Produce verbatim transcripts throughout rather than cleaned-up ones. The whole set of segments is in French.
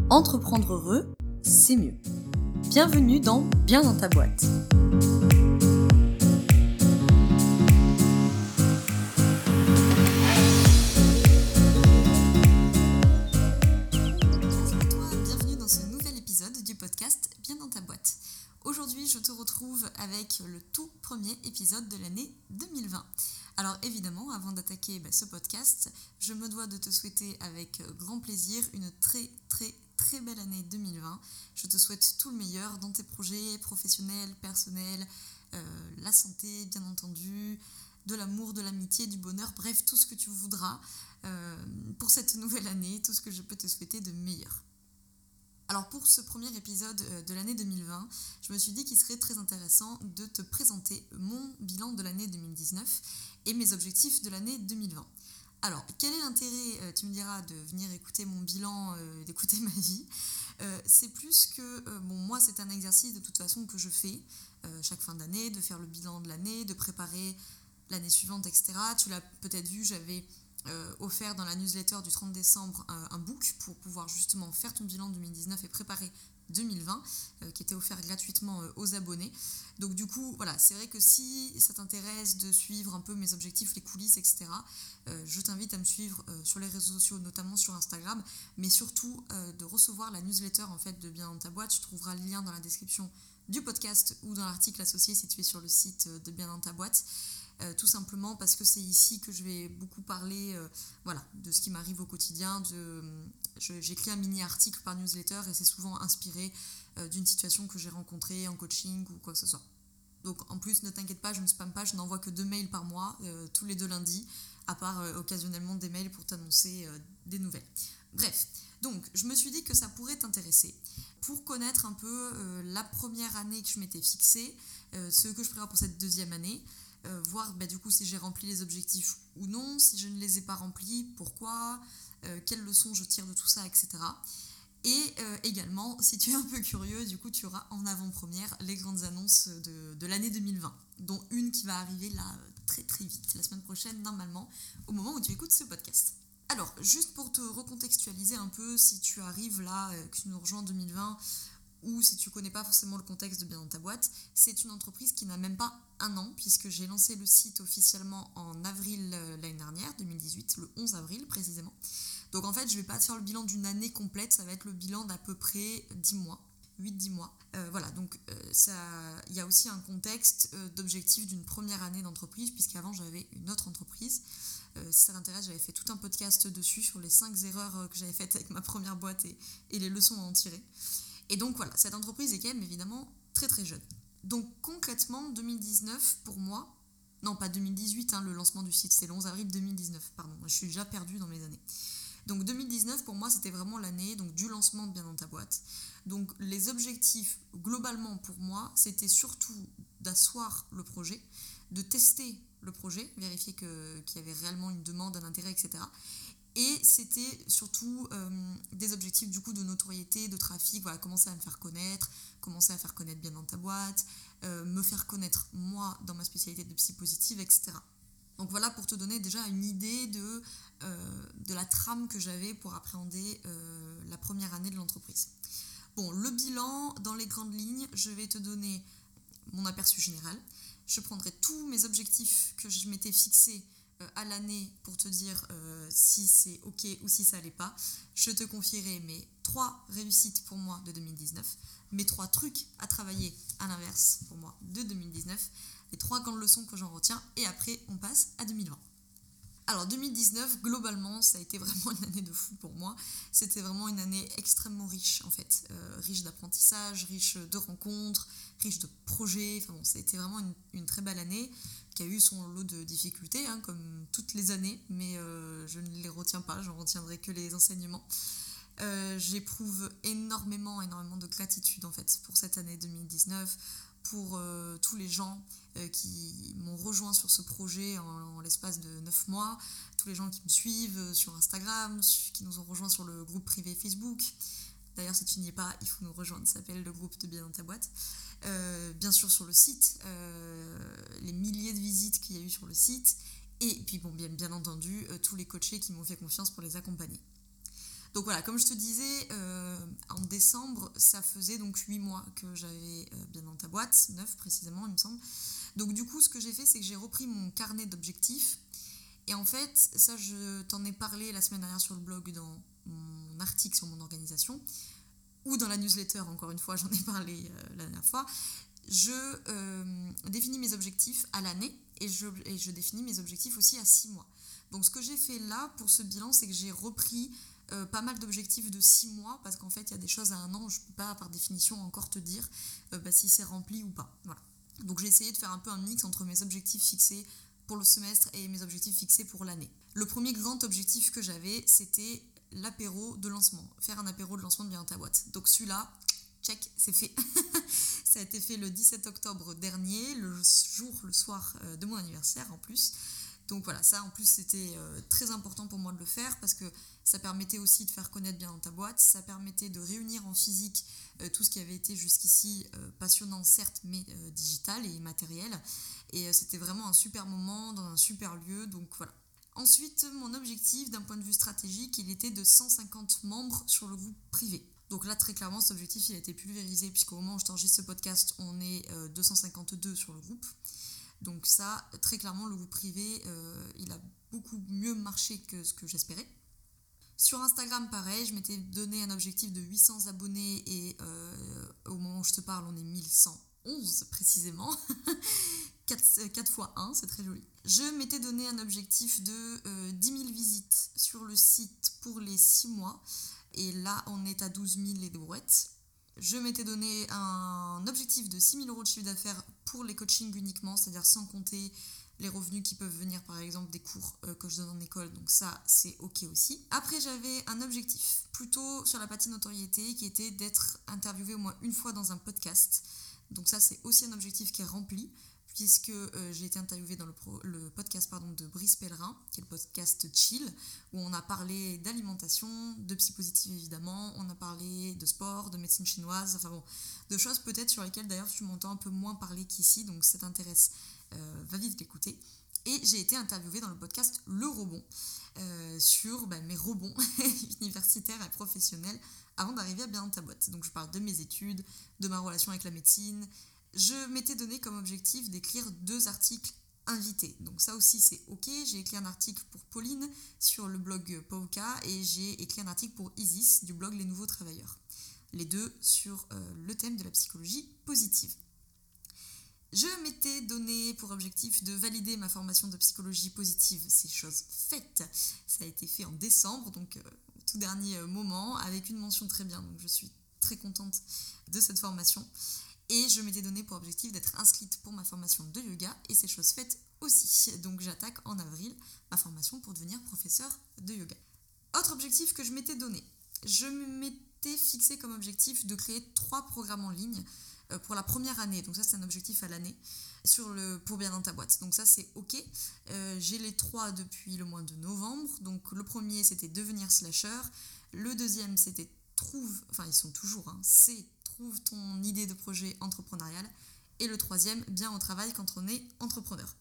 Entreprendre heureux, c'est mieux. Bienvenue dans Bien dans ta boîte. Bienvenue dans ce nouvel épisode du podcast Bien dans ta boîte. Aujourd'hui, je te retrouve avec le tout premier épisode de l'année deux mille vingt. Alors évidemment, avant d'attaquer bah, ce podcast, je me dois de te souhaiter avec grand plaisir une très très très belle année deux mille vingt. Je te souhaite tout le meilleur dans tes projets professionnels, personnels, euh, la santé bien entendu, de l'amour, de l'amitié, du bonheur, bref, tout ce que tu voudras euh, pour cette nouvelle année, tout ce que je peux te souhaiter de meilleur. Alors pour ce premier épisode de l'année deux mille vingt, je me suis dit qu'il serait très intéressant de te présenter mon bilan de l'année deux mille dix-neuf et mes objectifs de l'année deux mille vingt. Alors, quel est l'intérêt, tu me diras, de venir écouter mon bilan, euh, d'écouter ma vie euh, C'est plus que, euh, bon, moi c'est un exercice de toute façon que je fais euh, chaque fin d'année, de faire le bilan de l'année, de préparer l'année suivante, et cetera. Tu l'as peut-être vu, j'avais... Euh, offert dans la newsletter du trente décembre un, un book pour pouvoir justement faire ton bilan deux mille dix-neuf et préparer deux mille vingt euh, qui était offert gratuitement euh, aux abonnés. Donc du coup, voilà, c'est vrai que si ça t'intéresse de suivre un peu mes objectifs, les coulisses, et cetera, euh, je t'invite à me suivre euh, sur les réseaux sociaux, notamment sur Instagram, mais surtout euh, de recevoir la newsletter en fait de Bien dans ta boîte. Tu trouveras le lien dans la description du podcast ou dans l'article associé si tu es sur le site de Bien dans ta boîte. Euh, tout simplement parce que c'est ici que je vais beaucoup parler euh, voilà, de ce qui m'arrive au quotidien. De, je, j'écris un mini-article par newsletter et c'est souvent inspiré euh, d'une situation que j'ai rencontrée en coaching ou quoi que ce soit. Donc en plus, ne t'inquiète pas, je ne spamme pas, je n'envoie que deux mails par mois, euh, tous les deux lundis, à part euh, occasionnellement des mails pour t'annoncer euh, des nouvelles. Bref, donc je me suis dit que ça pourrait t'intéresser. Pour connaître un peu euh, la première année que je m'étais fixée, euh, ce que je prévois pour cette deuxième année, Euh, voir bah, du coup si j'ai rempli les objectifs ou non, si je ne les ai pas remplis, pourquoi, euh, quelles leçons je tire de tout ça, et cetera. Et euh, également, si tu es un peu curieux, du coup tu auras en avant-première les grandes annonces de, de l'année deux mille vingt, dont une qui va arriver là très très vite, la semaine prochaine normalement, au moment où tu écoutes ce podcast. Alors, juste pour te recontextualiser un peu, si tu arrives là, euh, que tu nous rejoins en deux mille vingt, ou si tu ne connais pas forcément le contexte de Bien dans ta boîte, c'est une entreprise qui n'a même pas un an, puisque j'ai lancé le site officiellement en avril euh, l'année dernière, deux mille dix-huit, le onze avril précisément. Donc en fait, je ne vais pas te faire le bilan d'une année complète, ça va être le bilan d'à peu près dix mois, huit dix mois. Euh, voilà, donc euh, il y a aussi un contexte euh, d'objectif d'une première année d'entreprise, puisqu'avant j'avais une autre entreprise. Euh, si ça t'intéresse, j'avais fait tout un podcast dessus sur les cinq erreurs que j'avais faites avec ma première boîte et, et les leçons à en tirer. Et donc voilà, cette entreprise est quand même évidemment très très jeune. Donc concrètement, deux mille dix-neuf pour moi, non pas deux mille dix-huit, hein, le lancement du site, c'est le onze avril deux mille dix-neuf, pardon, je suis déjà perdue dans mes années. Donc deux mille dix-neuf pour moi c'était vraiment l'année donc, du lancement de Bien dans ta boîte. Donc les objectifs globalement pour moi c'était surtout d'asseoir le projet, de tester le projet, vérifier que, qu'il y avait réellement une demande, un intérêt, et cetera. Et c'était surtout euh, des objectifs du coup de notoriété, de trafic, voilà, commencer à me faire connaître, commencer à faire connaître Bien dans ta boîte, euh, me faire connaître moi dans ma spécialité de psy positive, et cetera. Donc voilà pour te donner déjà une idée de, euh, de la trame que j'avais pour appréhender euh, la première année de l'entreprise. Bon, le bilan, dans les grandes lignes, je vais te donner mon aperçu général. Je prendrai tous mes objectifs que je m'étais fixés à l'année pour te dire euh, si c'est ok ou si ça l'est pas. Je te confierai mes trois réussites pour moi de deux mille dix-neuf, mes trois trucs à travailler à l'inverse pour moi de deux mille dix-neuf, les trois grandes leçons que j'en retiens et après on passe à deux mille vingt. Alors deux mille dix-neuf, globalement, ça a été vraiment une année de fou pour moi. C'était vraiment une année extrêmement riche en fait, euh, riche d'apprentissage, riche de rencontres, riche de projets. Enfin bon, ça a été vraiment une, une très belle année qui a eu son lot de difficultés, hein, comme toutes les années, mais euh, je ne les retiens pas, j'en retiendrai que les enseignements. Euh, j'éprouve énormément, énormément de gratitude en fait pour cette année deux mille dix-neuf, pour euh, tous les gens euh, qui m'ont rejoint sur ce projet en, en l'espace de neuf mois, tous les gens qui me suivent sur Instagram, qui nous ont rejoints sur le groupe privé Facebook. D'ailleurs, si tu n'y es pas, il faut nous rejoindre, ça s'appelle le groupe de Bien dans ta boîte. Euh, bien sûr sur le site, euh, les milliers de visites qu'il y a eu sur le site, et puis bon, bien, bien entendu, euh, tous les coachés qui m'ont fait confiance pour les accompagner. Donc voilà, comme je te disais, euh, en décembre, ça faisait donc huit mois que j'avais euh, bien dans ta boîte, neuf précisément, il me semble. Donc du coup, ce que j'ai fait, c'est que j'ai repris mon carnet d'objectifs. Et en fait, ça, je t'en ai parlé la semaine dernière sur le blog dans mon article sur mon organisation, ou dans la newsletter, encore une fois, j'en ai parlé euh, la dernière fois. Je euh, définis mes objectifs à l'année et je, et je définis mes objectifs aussi à six mois. Donc ce que j'ai fait là pour ce bilan, c'est que j'ai repris euh, pas mal d'objectifs de six mois parce qu'en fait il y a des choses à un an où je ne peux pas par définition encore te dire euh, bah, si c'est rempli ou pas. Voilà. Donc j'ai essayé de faire un peu un mix entre mes objectifs fixés pour le semestre et mes objectifs fixés pour l'année. Le premier grand objectif que j'avais, c'était l'apéro de lancement, faire un apéro de lancement de Bien dans ta boîte. Donc celui-là, check, c'est fait. Ça a été fait le dix-sept octobre dernier, le jour, le soir de mon anniversaire en plus. Donc voilà, ça en plus c'était euh, très important pour moi de le faire parce que ça permettait aussi de faire connaître Bien dans ta boîte, ça permettait de réunir en physique euh, tout ce qui avait été jusqu'ici euh, passionnant certes mais euh, digital et immatériel, et euh, c'était vraiment un super moment dans un super lieu, donc voilà. Ensuite, mon objectif d'un point de vue stratégique, il était de cent cinquante membres sur le groupe privé. Donc là, très clairement, cet objectif il a été pulvérisé puisqu'au moment où je t'enregistre ce podcast, on est euh, deux cent cinquante-deux sur le groupe. Donc ça, très clairement, le groupe privé, euh, il a beaucoup mieux marché que ce que j'espérais. Sur Instagram, pareil, je m'étais donné un objectif de huit cents abonnés et euh, au moment où je te parle, on est mille cent onze précisément. quatre fois un, c'est très joli. Je m'étais donné un objectif de euh, dix mille visites sur le site pour les six mois. Et là, on est à douze mille et des brouettes. Je m'étais donné un objectif de six mille euros de chiffre d'affaires pour les coachings uniquement, c'est-à-dire sans compter les revenus qui peuvent venir par exemple des cours euh, que je donne en école, donc ça c'est ok aussi. Après j'avais un objectif plutôt sur la partie notoriété qui était d'être interviewée au moins une fois dans un podcast, donc ça c'est aussi un objectif qui est rempli puisque euh, j'ai été interviewée dans le, pro, le podcast pardon, de Brice Pellerin, qui est le podcast Chill, où on a parlé d'alimentation, de psy positive évidemment, on a parlé de sport, de médecine chinoise, enfin bon, de choses peut-être sur lesquelles d'ailleurs tu m'entends un peu moins parler qu'ici, donc si ça t'intéresse, euh, va vite l'écouter. Et j'ai été interviewée dans le podcast Le Rebond, euh, sur bah, mes rebonds universitaires et professionnels avant d'arriver à Bien dans ta boîte. Donc je parle de mes études, de ma relation avec la médecine. Je m'étais donné comme objectif d'écrire deux articles invités. Donc ça aussi c'est ok. J'ai écrit un article pour Pauline sur le blog Pauka et j'ai écrit un article pour Isis du blog Les Nouveaux Travailleurs. Les deux sur euh, le thème de la psychologie positive. Je m'étais donné pour objectif de valider ma formation de psychologie positive. C'est chose faite. Ça a été fait en décembre, donc euh, au tout dernier moment, avec une mention très bien. Donc je suis très contente de cette formation. Et je m'étais donné pour objectif d'être inscrite pour ma formation de yoga, et c'est chose faite aussi. Donc j'attaque en avril ma formation pour devenir professeur de yoga. Autre objectif que je m'étais donné, je m'étais fixé comme objectif de créer trois programmes en ligne pour la première année. Donc ça c'est un objectif à l'année sur le, pour Bien dans ta boîte. Donc ça c'est ok. Euh, j'ai les trois depuis le mois de novembre. Donc le premier c'était devenir slasher. Le deuxième c'était trouve, enfin ils sont toujours, hein, c'est trouve ton idée de projet entrepreneurial. Et le troisième, bien au travail quand on est entrepreneur.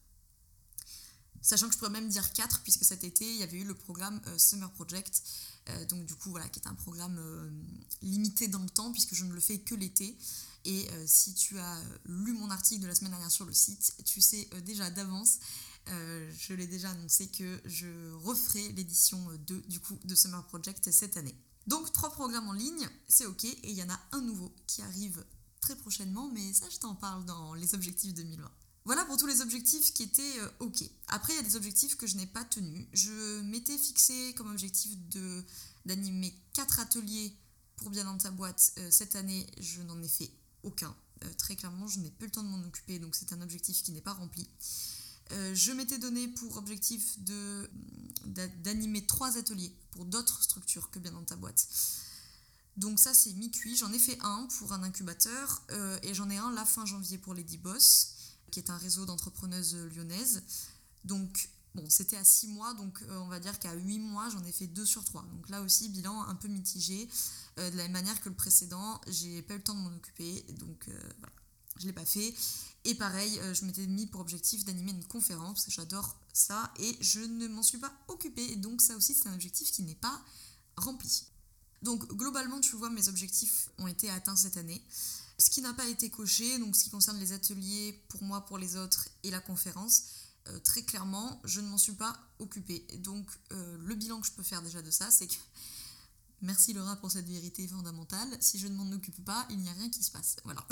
Sachant que je pourrais même dire quatre, puisque cet été, il y avait eu le programme euh, Summer Project, euh, donc du coup, voilà, qui est un programme euh, limité dans le temps, puisque je ne le fais que l'été. Et euh, si tu as lu mon article de la semaine dernière sur le site, tu sais euh, déjà d'avance, euh, je l'ai déjà annoncé que je referai l'édition deux du coup, de Summer Project cette année. Donc, trois programmes en ligne, c'est ok, et il y en a un nouveau qui arrive très prochainement, mais ça, je t'en parle dans les objectifs deux mille vingt. Voilà pour tous les objectifs qui étaient euh, ok. Après, il y a des objectifs que je n'ai pas tenus. Je m'étais fixé comme objectif de, d'animer quatre ateliers pour Bien dans ta boîte. Euh, cette année, je n'en ai fait aucun. Euh, très clairement, je n'ai plus le temps de m'en occuper, donc c'est un objectif qui n'est pas rempli. Euh, je m'étais donné pour objectif de, d'animer trois ateliers pour d'autres structures que Bien dans ta boîte. Donc ça, c'est mi-cuit. J'en ai fait un pour un incubateur euh, et j'en ai un la fin janvier pour Lady Boss, qui est un réseau d'entrepreneuses lyonnaises. Donc, bon, c'était à six mois, donc euh, on va dire qu'à huit mois, j'en ai fait deux sur trois. Donc là aussi, bilan un peu mitigé. Euh, de la même manière que le précédent, j'ai pas eu le temps de m'en occuper, donc euh, voilà, je l'ai pas fait. Et pareil, euh, je m'étais mis pour objectif d'animer une conférence, parce que j'adore ça, et je ne m'en suis pas occupée. Donc ça aussi, c'est un objectif qui n'est pas rempli. Donc globalement, tu vois, mes objectifs ont été atteints cette année. Ce qui n'a pas été coché, donc ce qui concerne les ateliers pour moi, pour les autres et la conférence, euh, très clairement, je ne m'en suis pas occupée. Donc euh, le bilan que je peux faire déjà de ça, c'est que merci Laura pour cette vérité fondamentale, si je ne m'en occupe pas, il n'y a rien qui se passe. Voilà.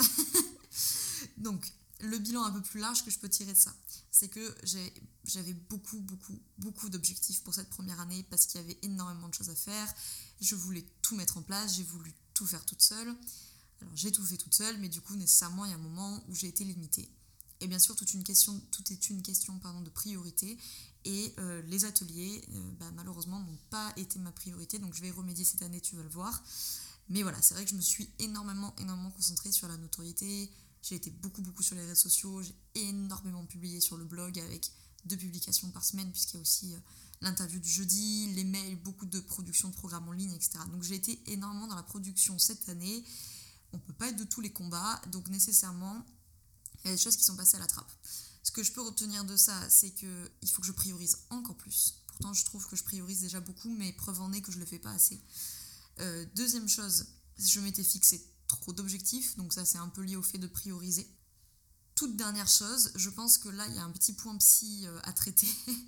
Donc le bilan un peu plus large que je peux tirer de ça, c'est que j'ai, j'avais beaucoup, beaucoup, beaucoup d'objectifs pour cette première année parce qu'il y avait énormément de choses à faire. Je voulais tout mettre en place, j'ai voulu tout faire toute seule. Alors j'ai tout fait toute seule, mais du coup, nécessairement, il y a un moment où j'ai été limitée. Et bien sûr, toute une question, tout est une question pardon, de priorité. Et euh, les ateliers, euh, bah, malheureusement, n'ont pas été ma priorité. Donc je vais y remédier cette année, tu vas le voir. Mais voilà, c'est vrai que je me suis énormément, énormément concentrée sur la notoriété. J'ai été beaucoup, beaucoup sur les réseaux sociaux. J'ai énormément publié sur le blog avec deux publications par semaine, puisqu'il y a aussi euh, l'interview du jeudi, les mails, beaucoup de production de programmes en ligne, et cetera. Donc j'ai été énormément dans la production cette année. On ne peut pas être de tous les combats, donc nécessairement, il y a des choses qui sont passées à la trappe. Ce que je peux retenir de ça, c'est qu'il faut que je priorise encore plus. Pourtant, je trouve que je priorise déjà beaucoup, mais preuve en est que je ne le fais pas assez. Euh, deuxième chose, je m'étais fixé trop d'objectifs, donc ça c'est un peu lié au fait de prioriser. Toute dernière chose, je pense que là il y a un petit point psy euh, à traiter,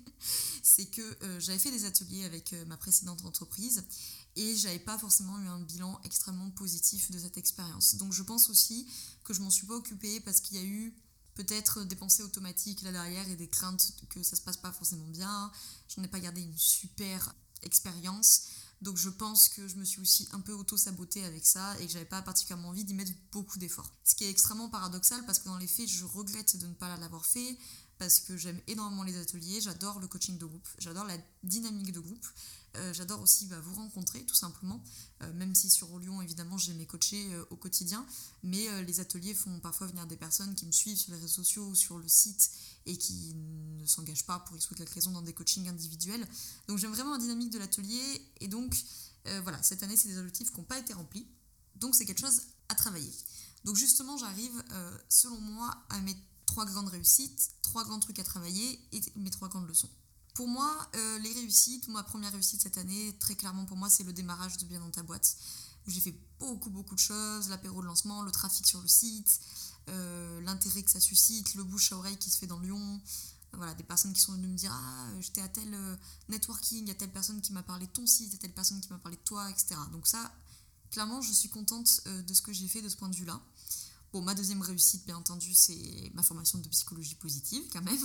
c'est que euh, j'avais fait des ateliers avec euh, ma précédente entreprise et j'avais pas forcément eu un bilan extrêmement positif de cette expérience. Donc je pense aussi que je m'en suis pas occupée parce qu'il y a eu peut-être des pensées automatiques là derrière et des craintes que ça se passe pas forcément bien. J'en ai pas gardé une super expérience. Donc je pense que je me suis aussi un peu auto-sabotée avec ça et que j'avais pas particulièrement envie d'y mettre beaucoup d'efforts. Ce qui est extrêmement paradoxal parce que dans les faits, je regrette de ne pas l'avoir fait parce que j'aime énormément les ateliers, j'adore le coaching de groupe, j'adore la dynamique de groupe, euh, j'adore aussi bah, vous rencontrer tout simplement, euh, même si sur Lyon évidemment j'ai mes coachés euh, au quotidien, mais euh, les ateliers font parfois venir des personnes qui me suivent sur les réseaux sociaux ou sur le site et qui ne s'engagent pas pour X ou quelque raison dans des coachings individuels. Donc j'aime vraiment la dynamique de l'atelier et donc euh, voilà, cette année c'est des objectifs qui n'ont pas été remplis, donc c'est quelque chose à travailler. Donc justement j'arrive euh, selon moi à mes trois grandes réussites, trois grands trucs à travailler et mes trois grandes leçons. Pour moi, euh, les réussites, ma première réussite cette année, très clairement pour moi, c'est le démarrage de Bien dans ta boîte. J'ai fait beaucoup, beaucoup de choses, l'apéro de lancement, le trafic sur le site, euh, l'intérêt que ça suscite, le bouche à oreille qui se fait dans Lyon. Voilà, des personnes qui sont venues me dire « Ah, j'étais à tel euh, networking, il y a telle personne qui m'a parlé de ton site, il y a telle personne qui m'a parlé de toi, et cetera » Donc ça, clairement, je suis contente euh, de ce que j'ai fait de ce point de vue-là. Bon, ma deuxième réussite, bien entendu, c'est ma formation de psychologie positive, quand même,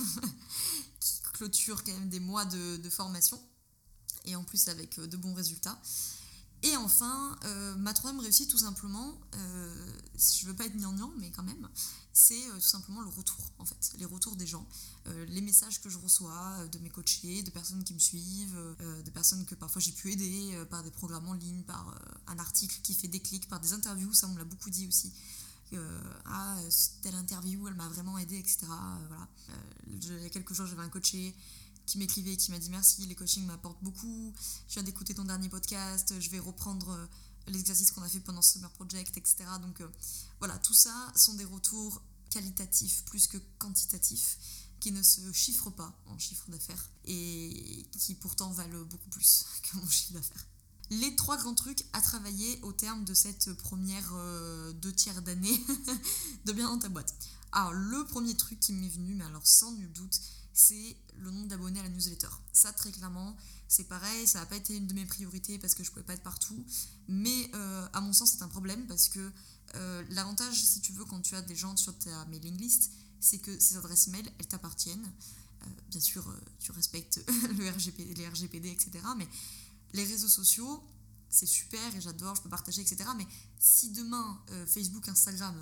qui clôture quand même des mois de, de formation, et en plus avec de bons résultats. Et enfin, euh, ma troisième réussite, tout simplement, euh, je veux pas être gnangnan, mais quand même, c'est euh, tout simplement le retour, en fait, les retours des gens, euh, les messages que je reçois euh, de mes coachés, de personnes qui me suivent, euh, de personnes que parfois j'ai pu aider euh, par des programmes en ligne, par euh, un article qui fait déclic, par des interviews, ça on me l'a beaucoup dit aussi. Euh, ah, telle interview, elle m'a vraiment aidée, et cetera. Euh, voilà. Euh, je, il y a quelques jours, j'avais un coaché qui m'écrivait, qui m'a dit merci, les coachings m'apportent beaucoup, je viens d'écouter ton dernier podcast, je vais reprendre euh, l'exercice qu'on a fait pendant ce Summer Project, et cetera. Donc euh, voilà, tout ça sont des retours qualitatifs plus que quantitatifs, qui ne se chiffrent pas en chiffre d'affaires et qui pourtant valent beaucoup plus que mon chiffre d'affaires. Les trois grands trucs à travailler au terme de cette première euh, deux tiers d'année de Bien dans ta boîte. Alors, le premier truc qui m'est venu, mais alors sans nul doute, c'est le nombre d'abonnés à la newsletter. Ça, très clairement, c'est pareil, ça n'a pas été une de mes priorités parce que je ne pouvais pas être partout, mais euh, à mon sens, c'est un problème parce que euh, l'avantage, si tu veux, quand tu as des gens sur ta mailing list, c'est que ces adresses mail, elles t'appartiennent. Euh, bien sûr, euh, tu respectes le R G P D, les R G P D, et cetera, mais les réseaux sociaux, c'est super et j'adore, je peux partager, et cetera. Mais si demain, euh, Facebook, Instagram,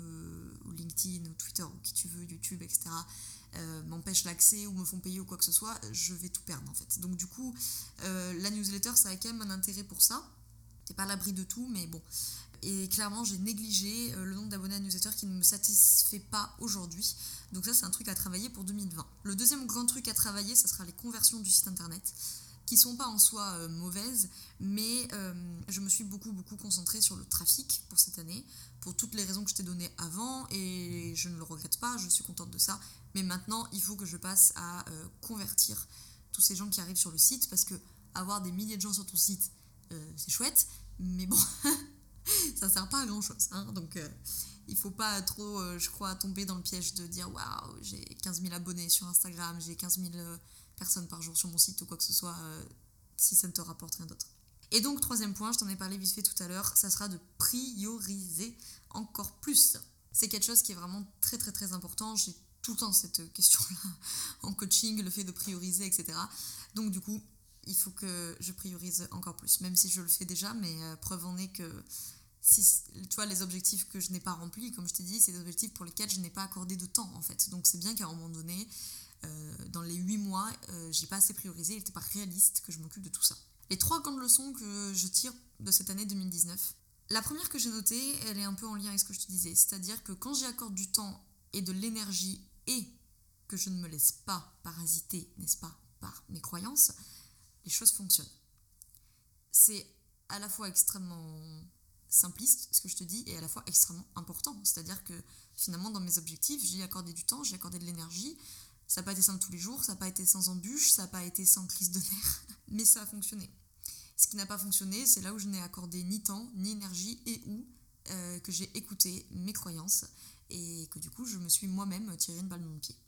me, ou LinkedIn, ou Twitter, ou qui tu veux, YouTube, et cetera, euh, m'empêchent l'accès ou me font payer ou quoi que ce soit, je vais tout perdre en fait. Donc du coup, euh, la newsletter, ça a quand même un intérêt pour ça. T'es pas à l'abri de tout, mais bon. Et clairement, j'ai négligé euh, le nombre d'abonnés à la newsletter qui ne me satisfait pas aujourd'hui. Donc ça, c'est un truc à travailler pour deux mille vingt. Le deuxième grand truc à travailler, ça sera les conversions du site internet, qui sont pas en soi euh, mauvaises, mais euh, je me suis beaucoup beaucoup concentrée sur le trafic pour cette année, pour toutes les raisons que je t'ai données avant, et je ne le regrette pas, je suis contente de ça, mais maintenant il faut que je passe à euh, convertir tous ces gens qui arrivent sur le site, parce que avoir des milliers de gens sur ton site, euh, c'est chouette, Mais bon, ça sert pas à grand chose. Hein, donc euh, il faut pas trop, euh, je crois, tomber dans le piège de dire waouh, j'ai quinze mille abonnés sur Instagram, j'ai quinze mille euh, personnes par jour sur mon site ou quoi que ce soit, euh, si ça ne te rapporte rien d'autre. Et donc, troisième point, je t'en ai parlé vite fait tout à l'heure, ça sera de prioriser encore plus. C'est quelque chose qui est vraiment très très très important. J'ai tout le temps cette question-là en coaching, le fait de prioriser, et cetera. Donc du coup, il faut que je priorise encore plus, même si je le fais déjà, mais euh, preuve en est que si, tu vois, les objectifs que je n'ai pas remplis, comme je t'ai dit, c'est des objectifs pour lesquels je n'ai pas accordé de temps, en fait. Donc c'est bien qu'à un moment donné, euh, dans les huit mois, euh, j'ai pas assez priorisé, il n'était pas réaliste que je m'occupe de tout ça. Les trois grandes leçons que je tire de cette année deux mille dix-neuf. La première que j'ai notée, elle est un peu en lien avec ce que je te disais, c'est-à-dire que quand j'y accorde du temps et de l'énergie et que je ne me laisse pas parasiter, n'est-ce pas, par mes croyances, les choses fonctionnent. C'est à la fois extrêmement simpliste, ce que je te dis, et à la fois extrêmement important. C'est-à-dire que finalement, dans mes objectifs, j'y ai accordé du temps, j'y ai accordé de l'énergie. Ça n'a pas été simple tous les jours, ça n'a pas été sans embûches, ça n'a pas été sans crise de nerfs, mais ça a fonctionné. Ce qui n'a pas fonctionné, c'est là où je n'ai accordé ni temps, ni énergie, et où euh, que j'ai écouté mes croyances, et que du coup, je me suis moi-même tiré une balle dans le pied.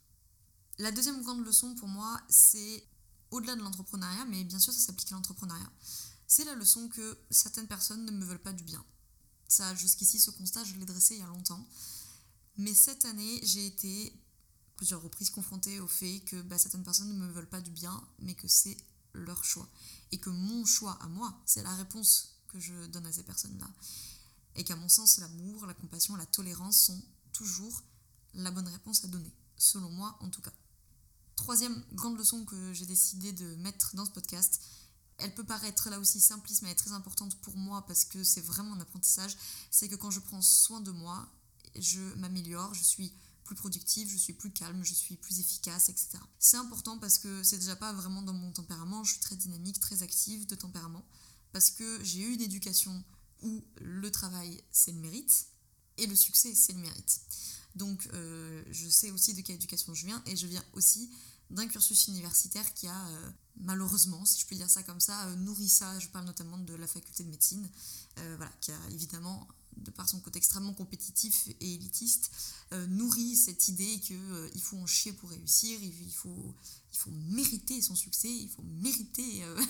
La deuxième grande leçon pour moi, c'est au-delà de l'entrepreneuriat, mais bien sûr ça s'applique à l'entrepreneuriat, c'est la leçon que certaines personnes ne me veulent pas du bien. Ça, jusqu'ici, ce constat, je l'ai dressé il y a longtemps. Mais cette année, j'ai été plusieurs reprises confrontée au fait que bah, certaines personnes ne me veulent pas du bien, mais que c'est leur choix. Et que mon choix à moi, c'est la réponse que je donne à ces personnes-là. Et qu'à mon sens, l'amour, la compassion, la tolérance sont toujours la bonne réponse à donner. Selon moi, en tout cas. Troisième grande leçon que j'ai décidé de mettre dans ce podcast, elle peut paraître là aussi simpliste, mais elle est très importante pour moi parce que c'est vraiment un apprentissage, c'est que quand je prends soin de moi, je m'améliore, je suis plus productive, je suis plus calme, je suis plus efficace, et cetera. C'est important parce que c'est déjà pas vraiment dans mon tempérament, je suis très dynamique, très active de tempérament, parce que j'ai eu une éducation où le travail, c'est le mérite, et le succès, c'est le mérite. Donc euh, je sais aussi de quelle éducation je viens, et je viens aussi d'un cursus universitaire qui a, euh, malheureusement, si je peux dire ça comme ça, euh, nourri ça. Je parle notamment de la faculté de médecine, euh, voilà, qui a évidemment, de par son côté extrêmement compétitif et élitiste, euh, nourri cette idée qu'il euh, faut en chier pour réussir, il faut, il faut mériter son succès, il faut mériter euh,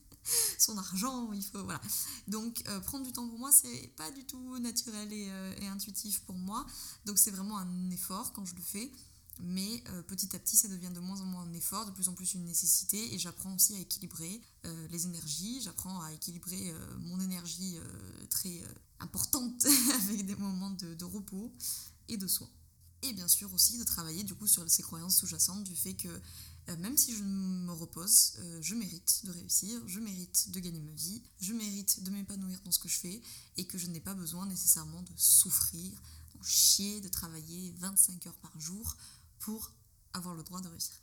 son argent, il faut, voilà. Donc euh, prendre du temps pour moi, c'est pas du tout naturel et, euh, et intuitif pour moi, donc c'est vraiment un effort quand je le fais. Mais euh, petit à petit, ça devient de moins en moins un effort, de plus en plus une nécessité, et j'apprends aussi à équilibrer euh, les énergies, j'apprends à équilibrer euh, mon énergie euh, très euh, importante avec des moments de, de repos et de soins. Et bien sûr aussi de travailler du coup sur ces croyances sous-jacentes du fait que euh, même si je me repose, euh, je mérite de réussir, je mérite de gagner ma vie, je mérite de m'épanouir dans ce que je fais, et que je n'ai pas besoin nécessairement de souffrir, d'en chier, de travailler vingt-cinq heures par jour pour avoir le droit de réussir.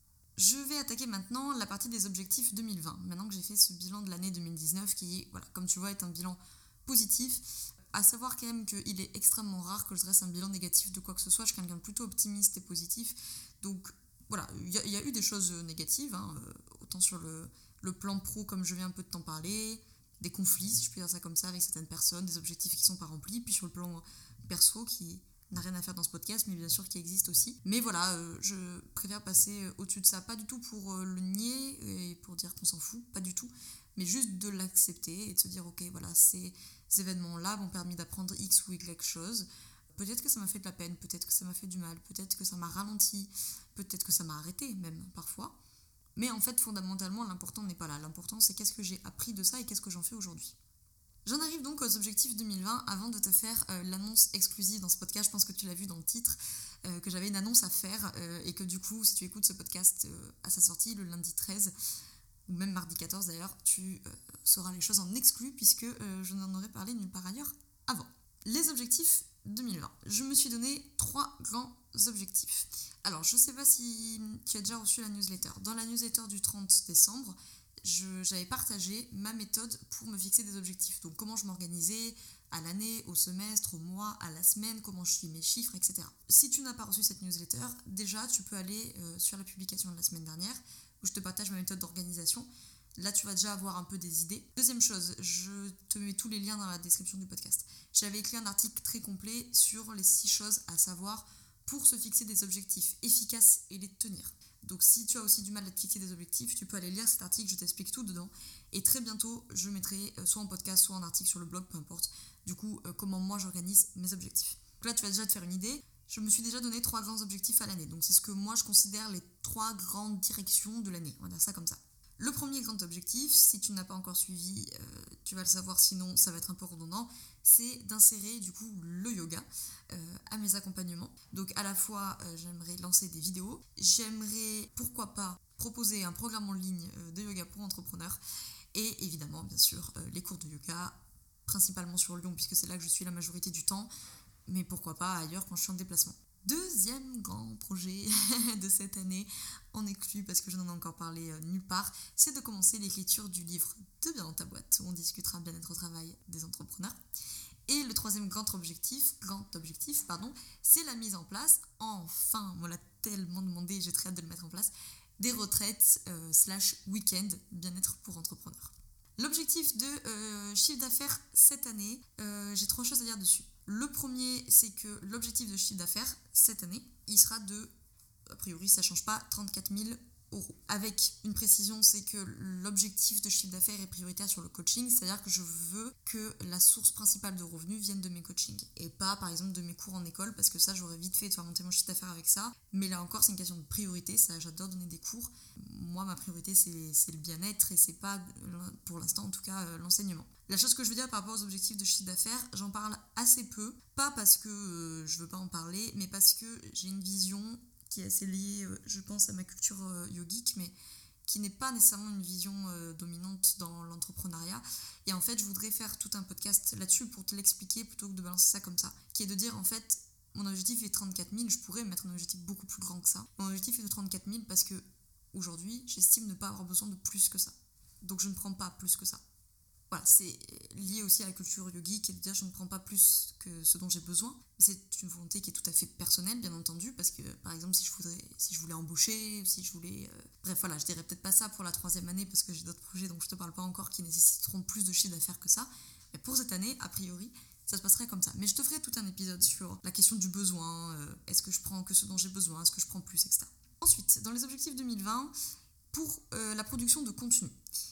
Je vais attaquer maintenant la partie des objectifs deux mille vingt. Maintenant que j'ai fait ce bilan de l'année deux mille dix-neuf qui, voilà, comme tu vois, est un bilan positif, à savoir quand même qu'il est extrêmement rare que je dresse un bilan négatif de quoi que ce soit. Je suis quelqu'un de plutôt optimiste et positif. Donc voilà, il y, y a eu des choses négatives, hein, autant sur le, le plan pro comme je viens un peu de t'en parler, des conflits, si je peux dire ça comme ça, avec certaines personnes, des objectifs qui ne sont pas remplis, puis sur le plan perso qui n'a rien à faire dans ce podcast, mais bien sûr qui existe aussi. Mais voilà, euh, je préfère passer au-dessus de ça, pas du tout pour euh, le nier et pour dire qu'on s'en fout, pas du tout, mais juste de l'accepter et de se dire ok, voilà, ces événements-là m'ont permis d'apprendre X ou Y chose. Peut-être que ça m'a fait de la peine, peut-être que ça m'a fait du mal, peut-être que ça m'a ralenti, peut-être que ça m'a arrêté même parfois. Mais en fait, fondamentalement, l'important n'est pas là. L'important, c'est qu'est-ce que j'ai appris de ça et qu'est-ce que j'en fais aujourd'hui. J'en arrive donc aux objectifs deux mille vingt avant de te faire euh, l'annonce exclusive dans ce podcast. Je pense que tu l'as vu dans le titre, euh, que j'avais une annonce à faire euh, et que du coup, si tu écoutes ce podcast euh, à sa sortie le lundi treize, ou même mardi quatorze d'ailleurs, tu euh, sauras les choses en exclu puisque euh, je n'en aurais parlé nulle part ailleurs avant. Les objectifs deux mille vingt. Je me suis donné trois grands objectifs. Alors, je ne sais pas si tu as déjà reçu la newsletter. Dans la newsletter du trente décembre, Je, j'avais partagé ma méthode pour me fixer des objectifs. Donc comment je m'organisais à l'année, au semestre, au mois, à la semaine, comment je suis mes chiffres, et cetera. Si tu n'as pas reçu cette newsletter, déjà tu peux aller euh, sur la publication de la semaine dernière où je te partage ma méthode d'organisation. Là, tu vas déjà avoir un peu des idées. Deuxième chose, je te mets tous les liens dans la description du podcast. J'avais écrit un article très complet sur les six choses à savoir pour se fixer des objectifs efficaces et les tenir. Donc si tu as aussi du mal à te fixer des objectifs, tu peux aller lire cet article, je t'explique tout dedans. Et très bientôt, je mettrai soit en podcast, soit en article sur le blog, peu importe, du coup, euh, comment moi j'organise mes objectifs. Donc là, tu vas déjà te faire une idée. Je me suis déjà donné trois grands objectifs à l'année. Donc c'est ce que moi je considère les trois grandes directions de l'année. On va dire ça comme ça. Le premier grand objectif, si tu n'as pas encore suivi, euh, tu vas le savoir, sinon ça va être un peu redondant, c'est d'insérer du coup le yoga euh, à mes accompagnements. Donc à la fois, euh, j'aimerais lancer des vidéos, j'aimerais pourquoi pas proposer un programme en ligne euh, de yoga pour entrepreneurs et évidemment, bien sûr, euh, les cours de yoga, principalement sur Lyon puisque c'est là que je suis la majorité du temps, mais pourquoi pas ailleurs quand je suis en déplacement. Deuxième grand projet de cette année, en exclu parce que je n'en ai encore parlé euh, nulle part, c'est de commencer l'écriture du livre de Bien dans ta boîte, où on discutera bien-être au travail des entrepreneurs. Et le troisième grand objectif, grand objectif pardon, c'est la mise en place, enfin, on l'a tellement demandé, j'ai très hâte de le mettre en place, des retraites euh, slash week-end bien-être pour entrepreneurs. L'objectif de euh, chiffre d'affaires cette année, euh, j'ai trois choses à dire dessus. Le premier, c'est que l'objectif de chiffre d'affaires cette année, il sera de, a priori ça ne change pas, trente-quatre mille euros. Avec une précision, c'est que l'objectif de chiffre d'affaires est prioritaire sur le coaching, c'est-à-dire que je veux que la source principale de revenus vienne de mes coachings et pas par exemple de mes cours en école, parce que ça j'aurais vite fait de faire monter mon chiffre d'affaires avec ça. Mais là encore, c'est une question de priorité, ça j'adore donner des cours. Moi ma priorité c'est, c'est le bien-être et c'est pas, pour l'instant en tout cas, l'enseignement. La chose que je veux dire par rapport aux objectifs de chiffre d'affaires, j'en parle assez peu, pas parce que euh, je veux pas en parler, mais parce que j'ai une vision qui est assez liée, euh, je pense, à ma culture euh, yogique, mais qui n'est pas nécessairement une vision euh, dominante dans l'entrepreneuriat. Et en fait, je voudrais faire tout un podcast là-dessus pour te l'expliquer plutôt que de balancer ça comme ça, qui est de dire, en fait, mon objectif est trente-quatre mille, je pourrais mettre un objectif beaucoup plus grand que ça. Mon objectif est de trente-quatre mille parce que aujourd'hui, j'estime ne pas avoir besoin de plus que ça. Donc je ne prends pas plus que ça. Voilà, c'est lié aussi à la culture yogique et de dire je ne prends pas plus que ce dont j'ai besoin. C'est une volonté qui est tout à fait personnelle, bien entendu, parce que par exemple, si je, voudrais, si je voulais embaucher, si je voulais. Euh... Bref, voilà, je dirais peut-être pas ça pour la troisième année parce que j'ai d'autres projets dont je te parle pas encore qui nécessiteront plus de chiffre d'affaires que ça. Mais pour cette année, a priori, ça se passerait comme ça. Mais je te ferai tout un épisode sur la question du besoin. Euh, est-ce que je prends que ce dont j'ai besoin? Est-ce que je prends plus, et cetera. Ensuite, dans les objectifs deux mille vingt, pour euh, la production de contenu.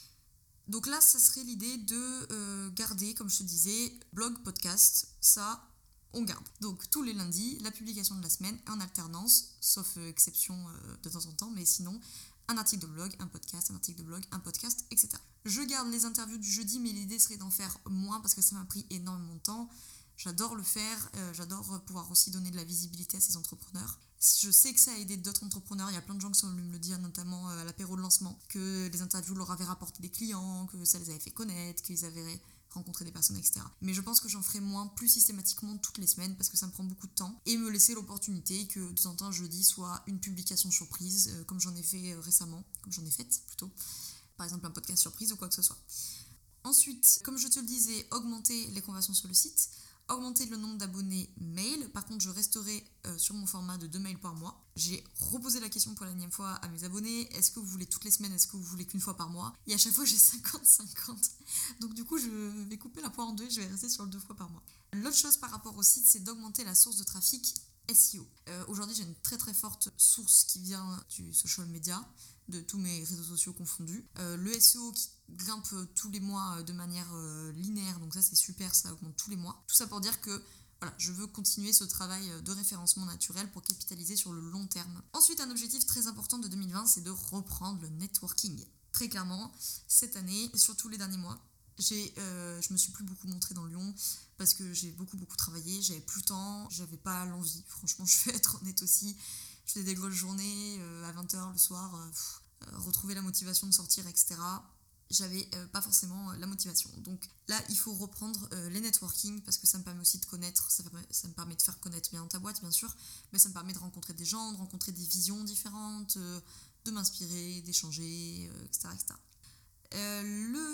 Donc là, ça serait l'idée de euh, garder, comme je te disais, blog, podcast, ça, on garde. Donc tous les lundis, la publication de la semaine en alternance, sauf euh, exception euh, de temps en temps, mais sinon, un article de blog, un podcast, un article de blog, un podcast, et cetera. Je garde les interviews du jeudi, mais l'idée serait d'en faire moins parce que ça m'a pris énormément de temps. J'adore le faire, euh, j'adore pouvoir aussi donner de la visibilité à ces entrepreneurs. Je sais que ça a aidé d'autres entrepreneurs, il y a plein de gens qui sont venus me le dire, notamment à l'apéro de lancement, que les interviews leur avaient rapporté des clients, que ça les avait fait connaître, qu'ils avaient rencontré des personnes, et cetera. Mais je pense que j'en ferai moins plus systématiquement toutes les semaines parce que ça me prend beaucoup de temps et me laisser l'opportunité que de temps en temps jeudi soit une publication surprise, euh, comme j'en ai fait euh, récemment, comme j'en ai faite plutôt, par exemple un podcast surprise ou quoi que ce soit. Ensuite, comme je te le disais, augmenter les conversions sur le site, augmenter le nombre d'abonnés mail. Par contre, je resterai euh, sur mon format de deux mails par mois. J'ai reposé la question pour la énième fois à mes abonnés. Est-ce que vous voulez toutes les semaines? Est-ce que vous voulez qu'une fois par mois? Et à chaque fois, j'ai cinquante cinquante. Donc du coup, je vais couper la poire en deux et je vais rester sur le deux fois par mois. L'autre chose par rapport au site, c'est d'augmenter la source de trafic S E O. Euh, aujourd'hui, j'ai une très très forte source qui vient du social media, de tous mes réseaux sociaux confondus. Euh, le S E O qui grimpe tous les mois de manière euh, linéaire, donc ça c'est super, ça augmente tous les mois. Tout ça pour dire que voilà, je veux continuer ce travail de référencement naturel pour capitaliser sur le long terme. Ensuite, un objectif très important de deux mille vingt, c'est de reprendre le networking. Très clairement, cette année, surtout les derniers mois, j'ai, euh, je me suis plus beaucoup montrée dans Lyon parce que j'ai beaucoup beaucoup travaillé, j'avais plus le temps, j'avais pas l'envie. Franchement, je vais être honnête aussi. Je faisais des grosses journées euh, à vingt heures le soir, euh, pff, euh, retrouver la motivation de sortir, et cetera. J'avais euh, pas forcément euh, la motivation. Donc là, il faut reprendre euh, les networking parce que ça me permet aussi de connaître, ça, ça me permet de faire connaître bien ta boîte, bien sûr, mais ça me permet de rencontrer des gens, de rencontrer des visions différentes, euh, de m'inspirer, d'échanger, euh, et cetera, et cetera. Euh,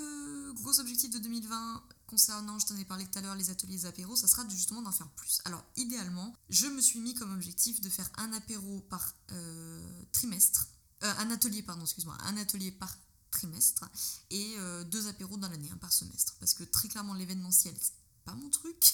le gros objectif de deux mille vingt concernant, je t'en ai parlé tout à l'heure, les ateliers apéros, ça sera justement d'en faire plus. Alors idéalement, je me suis mis comme objectif de faire un apéro par euh, trimestre, euh, un atelier, pardon, excuse-moi, un atelier par trimestre et euh, deux apéros dans l'année, hein, par semestre. Parce que très clairement, l'événementiel, c'est pas mon truc.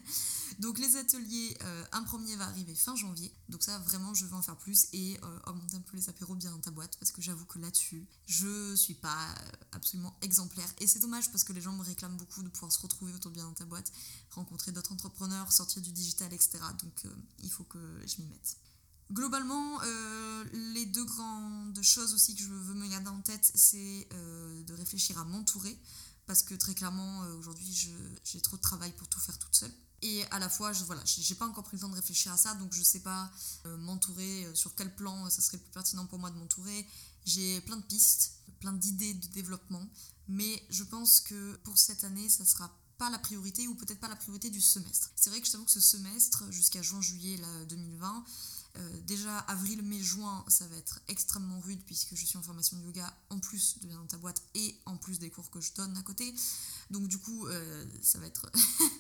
Donc les ateliers, euh, un premier va arriver fin janvier. Donc ça, vraiment, je veux en faire plus et euh, augmenter un peu les apéros bien dans ta boîte. Parce que j'avoue que là-dessus, je suis pas absolument exemplaire. Et c'est dommage parce que les gens me réclament beaucoup de pouvoir se retrouver autour de bien dans ta boîte, rencontrer d'autres entrepreneurs, sortir du digital, et cetera. Donc euh, il faut que je m'y mette. Globalement, euh, les deux grandes choses aussi que je veux me garder en tête, c'est euh, de réfléchir à m'entourer. Parce que très clairement, euh, aujourd'hui, je, j'ai trop de travail pour tout faire toute seule. Et à la fois, je, voilà, j'ai pas encore pris le temps de réfléchir à ça, donc je sais pas euh, m'entourer, euh, sur quel plan euh, ça serait le plus pertinent pour moi de m'entourer. J'ai plein de pistes, plein d'idées de développement, mais je pense que pour cette année, ça sera pas la priorité, ou peut-être pas la priorité du semestre. C'est vrai que je t'avoue que ce semestre, jusqu'à juin-juillet deux mille vingt, euh, déjà avril, mai, juin, ça va être extrêmement rude puisque je suis en formation de yoga en plus de bien dans ta boîte et en plus des cours que je donne à côté. Donc du coup, euh, ça va être...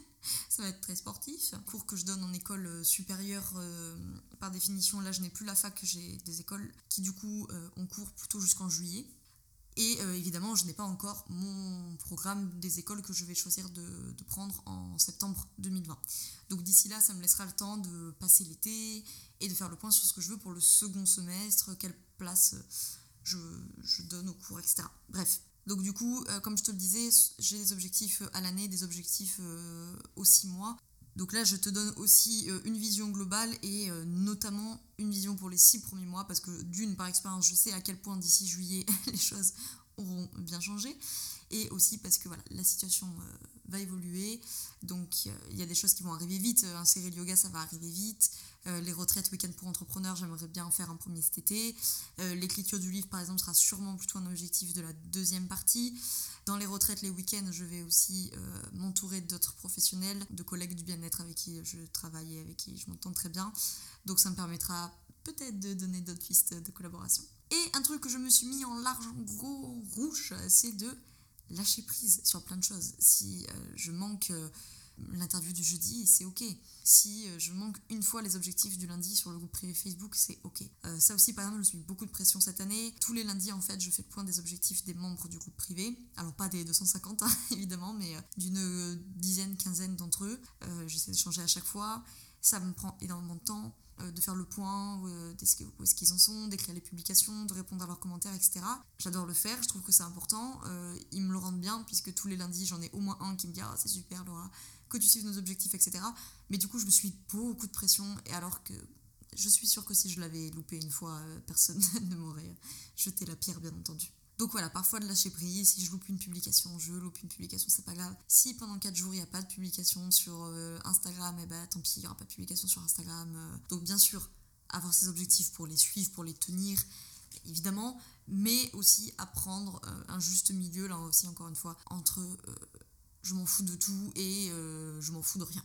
ça va être très sportif. Cours que je donne en école supérieure, euh, par définition, là je n'ai plus la fac, j'ai des écoles qui du coup euh, ont cours plutôt jusqu'en juillet. Et euh, évidemment, je n'ai pas encore mon programme des écoles que je vais choisir de, de prendre en septembre deux mille vingt. Donc d'ici là, ça me laissera le temps de passer l'été et de faire le point sur ce que je veux pour le second semestre, quelle place je, je donne aux cours, et cetera. Bref. Donc du coup, euh, comme je te le disais, j'ai des objectifs à l'année, des objectifs euh, aux six mois. Donc là, je te donne aussi euh, une vision globale et euh, notamment une vision pour les six premiers mois parce que d'une, par expérience, je sais à quel point d'ici juillet, les choses auront bien changé. Et aussi parce que voilà, la situation euh, va évoluer. Donc il euh, y a des choses qui vont arriver vite. Euh, insérer le yoga, ça va arriver vite. Euh, les retraites week-end pour entrepreneurs, j'aimerais bien en faire un premier cet été. Euh, l'écriture du livre, par exemple, sera sûrement plutôt un objectif de la deuxième partie. Dans les retraites, les week-ends, je vais aussi euh, m'entourer d'autres professionnels, de collègues du bien-être avec qui je travaille et avec qui je m'entends très bien. Donc ça me permettra peut-être de donner d'autres pistes de collaboration. Et un truc que je me suis mis en large, en gros, en rouge, c'est de lâcher prise sur plein de choses. Si euh, je manque euh, l'interview du jeudi, c'est ok. Si euh, je manque une fois les objectifs du lundi sur le groupe privé Facebook, c'est ok. Euh, ça aussi, par exemple, je me suis mis beaucoup de pression cette année. Tous les lundis, en fait, je fais le point des objectifs des membres du groupe privé. Alors pas des deux cent cinquante, hein, évidemment, mais euh, d'une dizaine, quinzaine d'entre eux. Euh, j'essaie de changer à chaque fois. Ça me prend énormément de temps. Euh, de faire le point, euh, où est-ce qu'ils en sont, d'écrire les publications, de répondre à leurs commentaires, et cetera. J'adore le faire, je trouve que c'est important. Euh, ils me le rendent bien, puisque tous les lundis, j'en ai au moins un qui me dit « Ah, c'est super Laura, que tu suives nos objectifs, et cetera » Mais du coup, je me suis beaucoup de pression, et alors que je suis sûre que si je l'avais loupé une fois, euh, personne ne m'aurait jeté la pierre, bien entendu. Donc voilà, parfois de lâcher prise, si je loupe une publication, je loupe une publication, c'est pas grave. Si pendant quatre jours il n'y a pas de publication sur euh, Instagram, eh ben tant pis, il n'y aura pas de publication sur Instagram. Euh. Donc bien sûr, avoir ses objectifs pour les suivre, pour les tenir, évidemment, mais aussi apprendre euh, un juste milieu, là aussi encore une fois, entre euh, je m'en fous de tout et euh, je m'en fous de rien.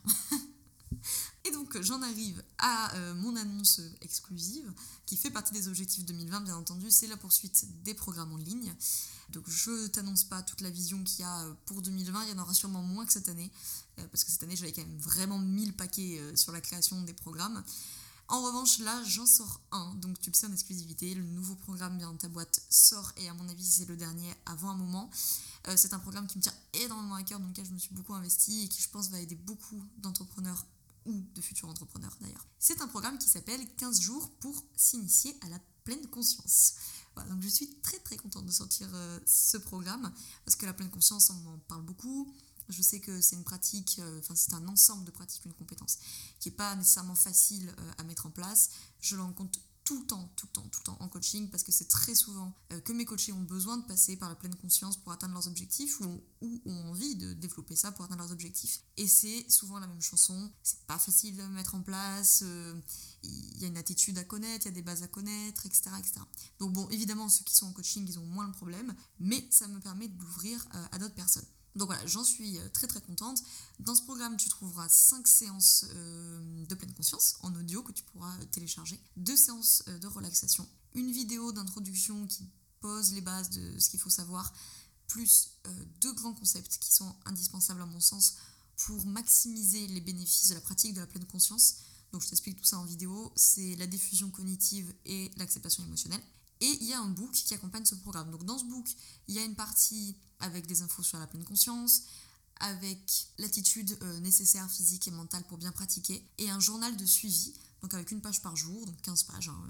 Et donc j'en arrive à euh, mon annonce exclusive qui fait partie des objectifs deux mille vingt, bien entendu, c'est la poursuite des programmes en ligne. Donc je t'annonce pas toute la vision qu'il y a pour deux mille vingt, il y en aura sûrement moins que cette année, euh, parce que cette année j'avais quand même vraiment mis le paquet euh, sur la création des programmes. En revanche, là, j'en sors un, donc tu le sais en exclusivité, le nouveau programme Bien dans ta boîte sort, et à mon avis, c'est le dernier avant un moment. Euh, c'est un programme qui me tient énormément à cœur, dans lequel je me suis beaucoup investie, et qui, je pense, va aider beaucoup d'entrepreneurs, ou de futurs entrepreneurs d'ailleurs. C'est un programme qui s'appelle quinze jours pour s'initier à la pleine conscience. Voilà, donc je suis très très contente de sortir euh, ce programme, parce que la pleine conscience, on m'en parle beaucoup. Je sais que c'est une pratique, enfin euh, c'est un ensemble de pratiques, une compétence qui n'est pas nécessairement facile euh, à mettre en place. Je le rencontre tout le temps, tout le temps, tout le temps en coaching parce que c'est très souvent euh, que mes coachés ont besoin de passer par la pleine conscience pour atteindre leurs objectifs ou, ou ont envie de développer ça pour atteindre leurs objectifs. Et c'est souvent la même chanson, c'est pas facile de mettre en place, il euh, y a une attitude à connaître, il y a des bases à connaître, et cetera, et cetera. Donc bon, évidemment, ceux qui sont en coaching, ils ont moins le problème, mais ça me permet de l'ouvrir euh, à d'autres personnes. Donc voilà, j'en suis très très contente. Dans ce programme, tu trouveras cinq séances euh, de pleine conscience en audio que tu pourras télécharger, deux séances euh, de relaxation, une vidéo d'introduction qui pose les bases de ce qu'il faut savoir, plus euh, deux grands concepts qui sont indispensables à mon sens pour maximiser les bénéfices de la pratique de la pleine conscience. Donc je t'explique tout ça en vidéo, c'est la diffusion cognitive et l'acceptation émotionnelle. Et il y a un book qui accompagne ce programme. Donc dans ce book, il y a une partie avec des infos sur la pleine conscience, avec l'attitude euh, nécessaire physique et mentale pour bien pratiquer, et un journal de suivi, donc avec une page par jour, donc quinze pages, hein,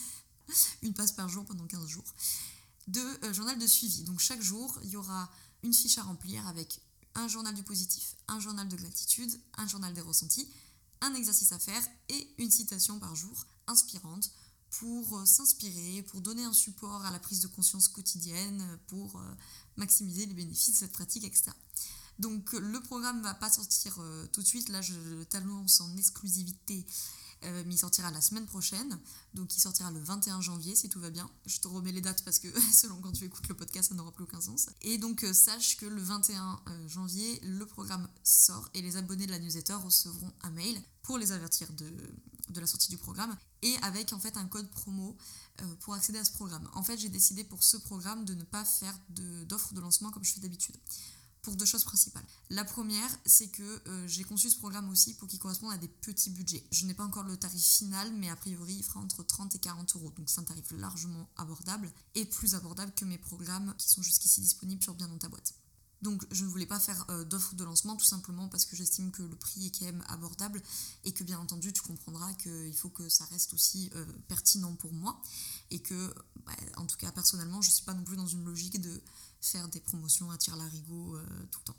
une page par jour pendant quinze jours, de euh, journal de suivi. Donc chaque jour, il y aura une fiche à remplir avec un journal du positif, un journal de gratitude, un journal des ressentis, un exercice à faire et une citation par jour inspirante pour euh, s'inspirer, pour donner un support à la prise de conscience quotidienne, pour euh, maximiser les bénéfices de cette pratique, et cetera. Donc le programme ne va pas sortir euh, tout de suite, là je t'annonce en exclusivité, euh, mais il sortira la semaine prochaine, donc il sortira le vingt et un janvier si tout va bien. Je te remets les dates parce que selon quand tu écoutes le podcast ça n'aura plus aucun sens. Et donc euh, sache que le vingt et un janvier le programme sort et les abonnés de la newsletter recevront un mail pour les avertir de, de la sortie du programme et avec en fait un code promo euh, pour accéder à ce programme. En fait j'ai décidé pour ce programme de ne pas faire de, d'offre de lancement comme je fais d'habitude. Pour deux choses principales. La première, c'est que euh, j'ai conçu ce programme aussi pour qu'il corresponde à des petits budgets. Je n'ai pas encore le tarif final, mais a priori, il fera entre trente et quarante euros. Donc c'est un tarif largement abordable et plus abordable que mes programmes qui sont jusqu'ici disponibles sur Bien dans ta boîte. Donc je ne voulais pas faire euh, d'offre de lancement tout simplement parce que j'estime que le prix est quand même abordable et que bien entendu tu comprendras qu'il faut que ça reste aussi euh, pertinent pour moi et que, bah, en tout cas personnellement, je ne suis pas non plus dans une logique de faire des promotions à tire-larigot euh, tout le temps.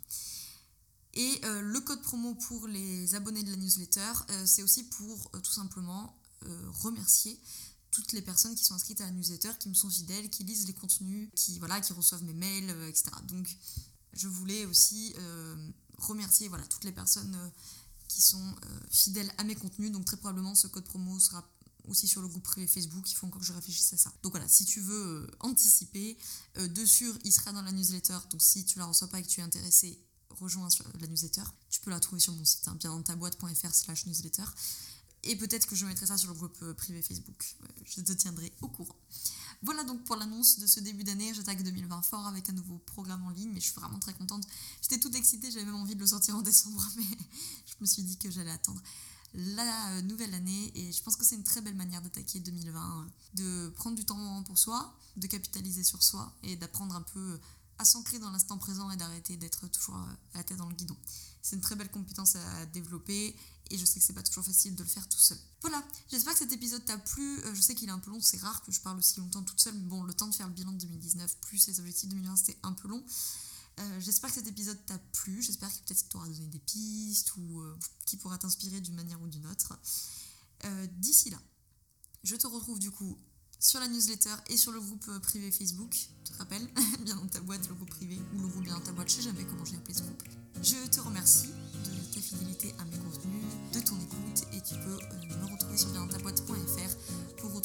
Et euh, le code promo pour les abonnés de la newsletter, euh, c'est aussi pour euh, tout simplement euh, remercier toutes les personnes qui sont inscrites à la newsletter, qui me sont fidèles, qui lisent les contenus, qui, voilà, qui reçoivent mes mails, euh, et cetera. Donc je voulais aussi euh, remercier voilà, toutes les personnes euh, qui sont euh, fidèles à mes contenus. Donc très probablement ce code promo sera aussi sur le groupe privé Facebook, il faut encore que je réfléchisse à ça. Donc voilà, si tu veux euh, anticiper, euh, de sûr, il sera dans la newsletter, donc si tu la reçois pas et que tu es intéressé, rejoins sur la newsletter. Tu peux la trouver sur mon site, hein, bien dans ta boîte point f r slash newsletter. Et peut-être que je mettrai ça sur le groupe euh, privé Facebook. Ouais, je te tiendrai au courant. Voilà donc pour l'annonce de ce début d'année. J'attaque deux mille vingt fort avec un nouveau programme en ligne, mais je suis vraiment très contente. J'étais toute excitée, j'avais même envie de le sortir en décembre, mais je me suis dit que j'allais attendre la nouvelle année et je pense que c'est une très belle manière d'attaquer deux mille vingt, de prendre du temps pour soi, de capitaliser sur soi et d'apprendre un peu à s'ancrer dans l'instant présent et d'arrêter d'être toujours à la tête dans le guidon. C'est une très belle compétence à développer et je sais que c'est pas toujours facile de le faire tout seul. Voilà, j'espère que cet épisode t'a plu. Je sais qu'il est un peu long, c'est rare que je parle aussi longtemps toute seule, mais bon, le temps de faire le bilan de deux mille dix-neuf plus les objectifs deux mille vingt, c'était un peu long. Euh, j'espère que cet épisode t'a plu, j'espère que peut-être qu'il t'aura donné des pistes ou euh, qui pourra t'inspirer d'une manière ou d'une autre. Euh, d'ici là, je te retrouve du coup sur la newsletter et sur le groupe privé Facebook, tu te rappelles, Bien dans ta boîte, le groupe privé, ou le groupe Bien dans ta boîte, je sais jamais comment j'ai appelé ce groupe. Je te remercie de ta fidélité à mes contenus, de ton écoute, et tu peux euh, me retrouver sur bien dans ta boîte point f r pour retrouver